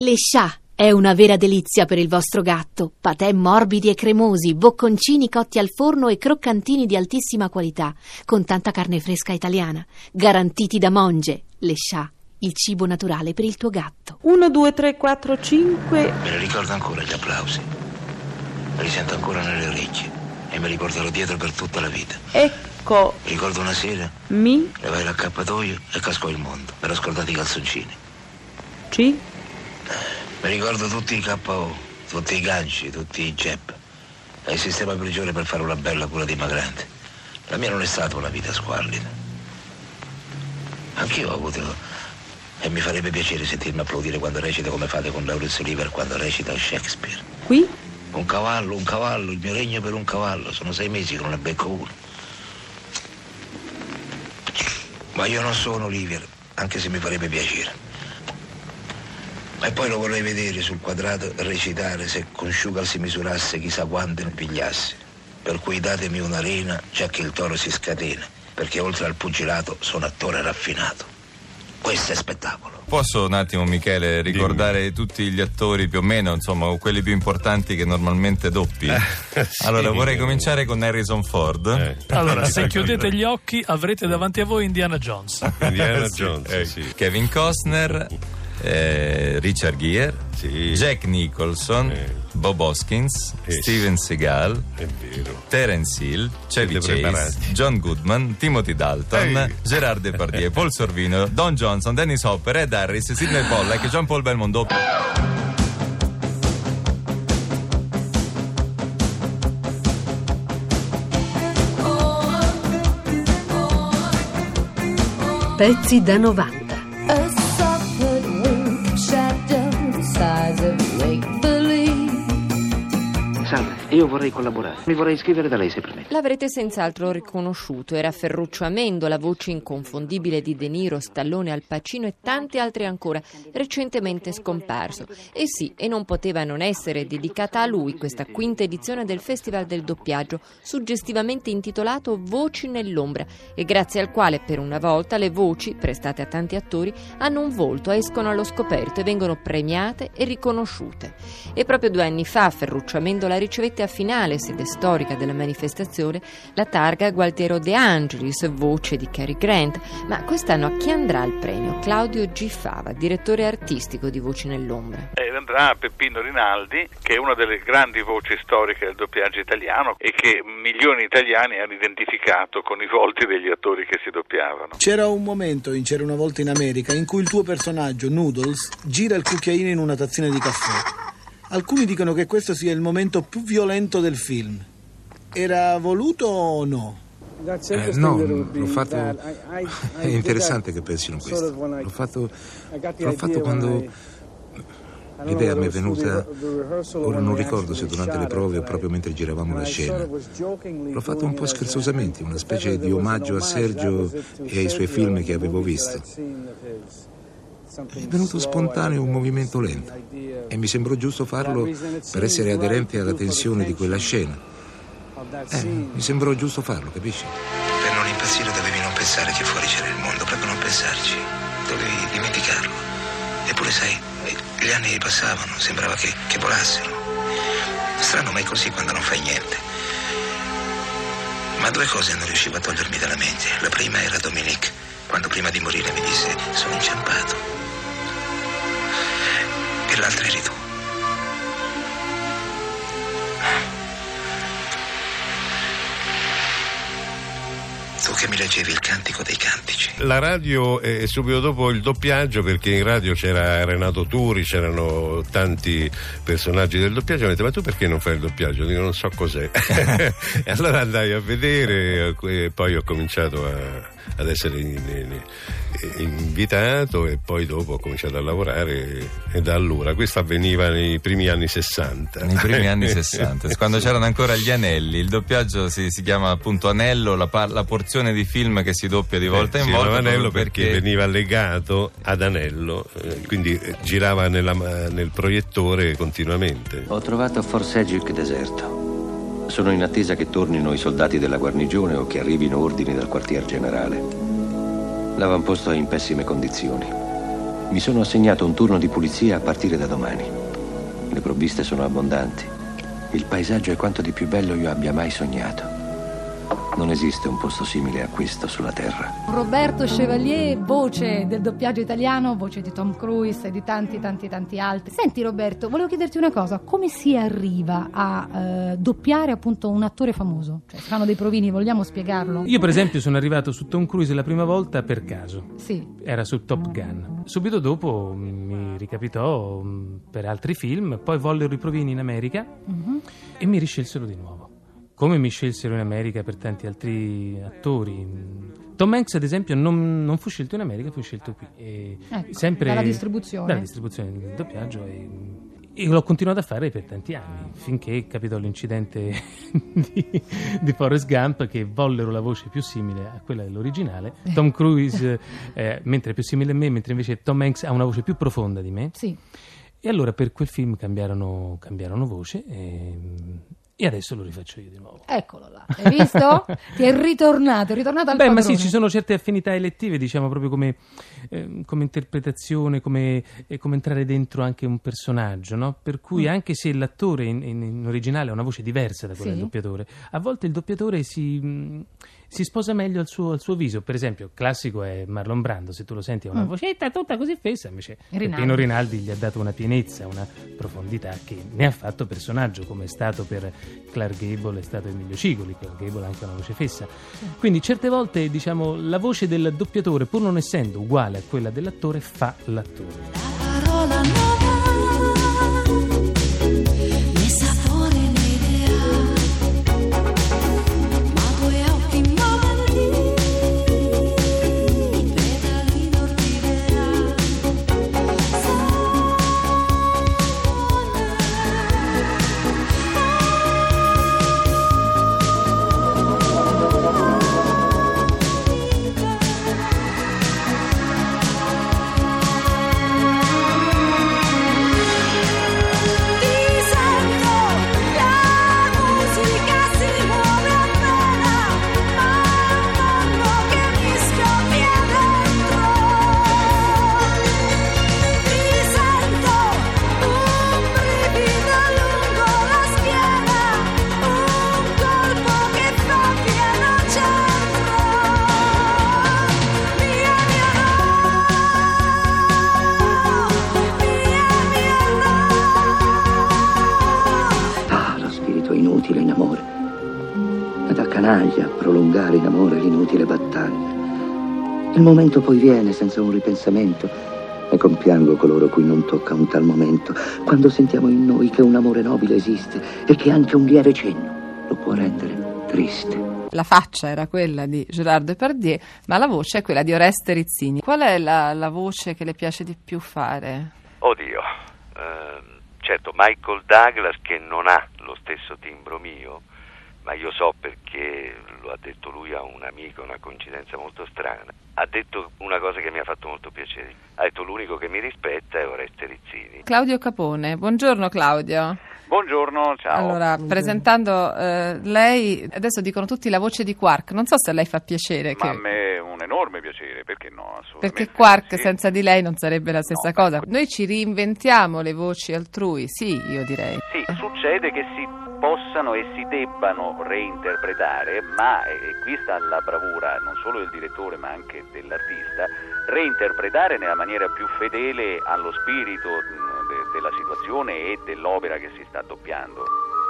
Le Chat è una vera delizia per il vostro gatto. Patè morbidi e cremosi, bocconcini cotti al forno e croccantini di altissima qualità, con tanta carne fresca italiana, garantiti da Monge. Le Chat, il cibo naturale per il tuo gatto. 1, 2, 3, 4, 5. Me ne ricordo ancora gli applausi. Me li sento ancora nelle orecchie e me li porterò dietro per tutta la vita. Ecco. Ricordo una sera, levai l'accappatoio e cascò il mondo. Mi ero scordato i calzoncini. C. Mi ricordo tutti i KO, tutti i ganci, tutti i jab. È il sistema prigione per fare una bella cura dimagrante. La mia non è stata una vita squallida. Anch'io ho avuto, e mi farebbe piacere sentirmi applaudire quando recita come fate con Laurence Olivier quando recita Shakespeare. Qui? Un cavallo, il mio regno per un cavallo. Sono 6 mesi che non ne becco uno. Ma io non sono Olivier, anche se mi farebbe piacere. E poi lo vorrei vedere sul quadrato recitare se con Sciugal si misurasse chissà quante ne pigliasse. Per cui datemi un'arena, già che il toro si scatena, perché oltre al pugilato sono attore raffinato. Questo è spettacolo. Posso un attimo, Michele, ricordare tutti gli attori più o meno, insomma, quelli più importanti che normalmente doppi? Sì, allora, vorrei cominciare con Harrison Ford. Allora, se chiudete gli occhi avrete davanti a voi Indiana Jones. Indiana Jones, sì. Kevin Costner, Richard Gere, sì. Jack Nicholson, Bob Hoskins, Steven Seagal, è vero. Terence Hill, Chevy Siete Chase, preparati. John Goodman, Timothy Dalton, Gerard Depardieu, Paul Sorvino, Don Johnson, Dennis Hopper, Ed Harris, Sidney Pollack, Jean Paul Belmondo. Pezzi da 90. Salve, io vorrei collaborare. Mi vorrei iscrivere da lei, se permette. L'avrete senz'altro riconosciuto, era Ferruccio Amendo, la voce inconfondibile di De Niro, Stallone, Al Pacino e tanti altri ancora, recentemente scomparso. E sì, e non poteva non essere dedicata a lui questa quinta edizione del Festival del Doppiaggio, suggestivamente intitolato Voci nell'ombra, e grazie al quale per una volta le voci, prestate a tanti attori, hanno un volto, escono allo scoperto e vengono premiate e riconosciute. E proprio 2 anni fa Ferruccio Amendo la ricevette a finale, sede storica della manifestazione, la targa Gualtiero De Angelis, voce di Cary Grant. Ma quest'anno a chi andrà il premio? Claudio G. Fava, direttore artistico di Voci nell'ombra. Andrà a Peppino Rinaldi, che è una delle grandi voci storiche del doppiaggio italiano e che milioni di italiani hanno identificato con i volti degli attori che si doppiavano. C'era un momento in C'era una volta in America in cui il tuo personaggio, Noodles, gira il cucchiaino in una tazzina di caffè. Alcuni dicono che questo sia il momento più violento del film. Era voluto o no? No, l'ho fatto. È interessante che pensino questo. L'ho fatto quando l'idea mi è venuta. Ora non ricordo se durante le prove o proprio mentre giravamo la scena. L'ho fatto un po' scherzosamente, una specie di omaggio a Sergio e ai suoi film che avevo visto. È venuto spontaneo un movimento lento e mi sembrò giusto farlo per essere aderente alla tensione di quella scena. Mi sembrò giusto farlo, capisci? Per non impazzire dovevi non pensare che fuori c'era il mondo, proprio non pensarci. Dovevi dimenticarlo. Eppure sai, gli anni passavano, sembrava che volassero. Strano, ma è così quando non fai niente. Ma 2 cose non riuscivo a togliermi dalla mente. La prima era Dominique, quando prima di morire mi disse sono inciampato. E l'altra eri tu. Tu che mi leggevi il cantico dei cantici. La radio è subito dopo il doppiaggio, perché in radio c'era Renato Turi, c'erano tanti personaggi del doppiaggio. Mi ha detto: ma tu perché non fai il doppiaggio? Dico: non so cos'è. E allora andai a vedere e poi ho cominciato ad essere invitato e poi dopo ho cominciato a lavorare e da allora. Questo avveniva nei primi anni 60. Nei primi anni 60, quando c'erano ancora gli anelli. Il doppiaggio si chiama appunto anello, la porzione di film che si doppia di volta in volta. Anello perché veniva legato ad anello, quindi girava nel proiettore continuamente. Ho trovato Fort Sedgwick deserto. Sono in attesa che tornino i soldati della guarnigione o che arrivino ordini dal quartier generale. L'avamposto è in pessime condizioni. Mi sono assegnato un turno di pulizia a partire da domani. Le provviste sono abbondanti. Il paesaggio è quanto di più bello io abbia mai sognato. Non esiste un posto simile a questo sulla Terra. Roberto Chevalier, voce del doppiaggio italiano, voce di Tom Cruise e di tanti altri. Senti Roberto, volevo chiederti una cosa, come si arriva a doppiare appunto un attore famoso? Cioè, si fanno dei provini, vogliamo spiegarlo? Io per esempio sono arrivato su Tom Cruise la prima volta per caso. Sì. Era su Top Gun. Subito dopo mi ricapitò per altri film, poi vollero i provini in America e mi riscelsero di nuovo. Come mi scelsero in America per tanti altri attori. Tom Hanks, ad esempio, non fu scelto in America, fu scelto qui. Sempre dalla distribuzione. Dalla distribuzione del doppiaggio. E l'ho continuato a fare per tanti anni, finché capitò l'incidente di Forrest Gump, che vollero la voce più simile a quella dell'originale. Tom Cruise, mentre è più simile a me, mentre invece Tom Hanks ha una voce più profonda di me. Sì. E allora per quel film cambiarono voce e adesso lo rifaccio io di nuovo. Eccolo là, hai visto? Ti è ritornato al padrone. Ma sì, ci sono certe affinità elettive, diciamo, proprio come interpretazione, come entrare dentro anche un personaggio, no? Per cui anche se l'attore in originale ha una voce diversa da quella del doppiatore, a volte il doppiatore si sposa meglio al suo viso. Per esempio, classico è Marlon Brando, se tu lo senti ha una vocetta tutta così fessa, invece Pino Rinaldi gli ha dato una pienezza, una profondità che ne ha fatto personaggio, come è stato per Clark Gable, è stato Emilio Cigoli. Clark Gable ha anche una voce fessa. Quindi certe volte, diciamo, la voce del doppiatore, pur non essendo uguale a quella dell'attore, fa l'attore. La parola nuova ne sapore l'idea, ma tuoi occhi muoverli, i pedali d'orchidea. inutile in amore, ed a canaglia prolungare in amore l'inutile battaglia. Il momento poi viene senza un ripensamento e compiango coloro cui non tocca un tal momento, quando sentiamo in noi che un amore nobile esiste e che anche un lieve cenno lo può rendere triste. La faccia era quella di Gérard Depardieu, ma la voce è quella di Oreste Rizzini. Qual è la voce che le piace di più fare? Oddio, certo Michael Douglas, che non ha lo stesso timbro mio, ma io so perché lo ha detto lui a un amico, una coincidenza molto strana. Ha detto una cosa che mi ha fatto molto piacere. Ha detto: l'unico che mi rispetta è Oreste Rizzini. Claudio Capone. Buongiorno Claudio. Buongiorno, ciao. Allora, presentando lei, adesso dicono tutti la voce di Quark. Non so se a lei fa piacere. Ma a me è un enorme piacere, perché no? Assolutamente. Perché Quark sì. Senza di lei non sarebbe la stessa cosa. Noi ci reinventiamo le voci altrui, sì, io direi. Sì, succede che si possano e si debbano reinterpretare, ma qui sta la bravura non solo del direttore ma anche dell'artista, reinterpretare nella maniera più fedele allo spirito della situazione e dell'opera che si sta doppiando.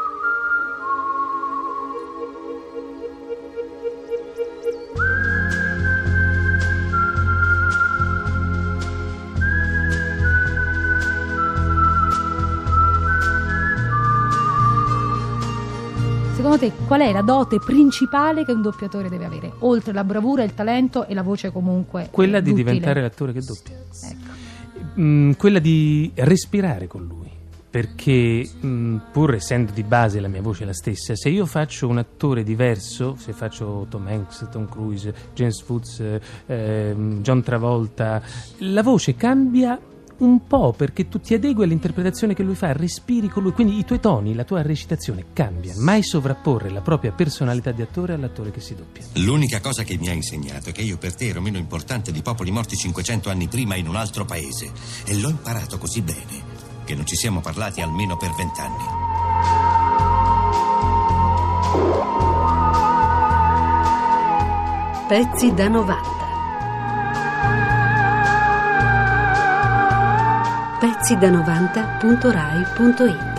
Secondo te qual è la dote principale che un doppiatore deve avere, oltre la bravura, il talento e la voce comunque quella di duttile? Diventare l'attore che doppia. Ecco. Quella di respirare con lui, perché pur essendo di base la mia voce la stessa, se io faccio un attore diverso, se faccio Tom Hanks, Tom Cruise, James Woods, John Travolta, la voce cambia un po', perché tu ti adegui all'interpretazione che lui fa, respiri con lui, quindi i tuoi toni, la tua recitazione cambia. Mai sovrapporre la propria personalità di attore all'attore che si doppia. L'unica cosa che mi ha insegnato è che io per te ero meno importante di popoli morti 500 anni prima in un altro paese, e l'ho imparato così bene che non ci siamo parlati almeno per 20 anni. Pezzi da 90. Pezzi da 90.rai.it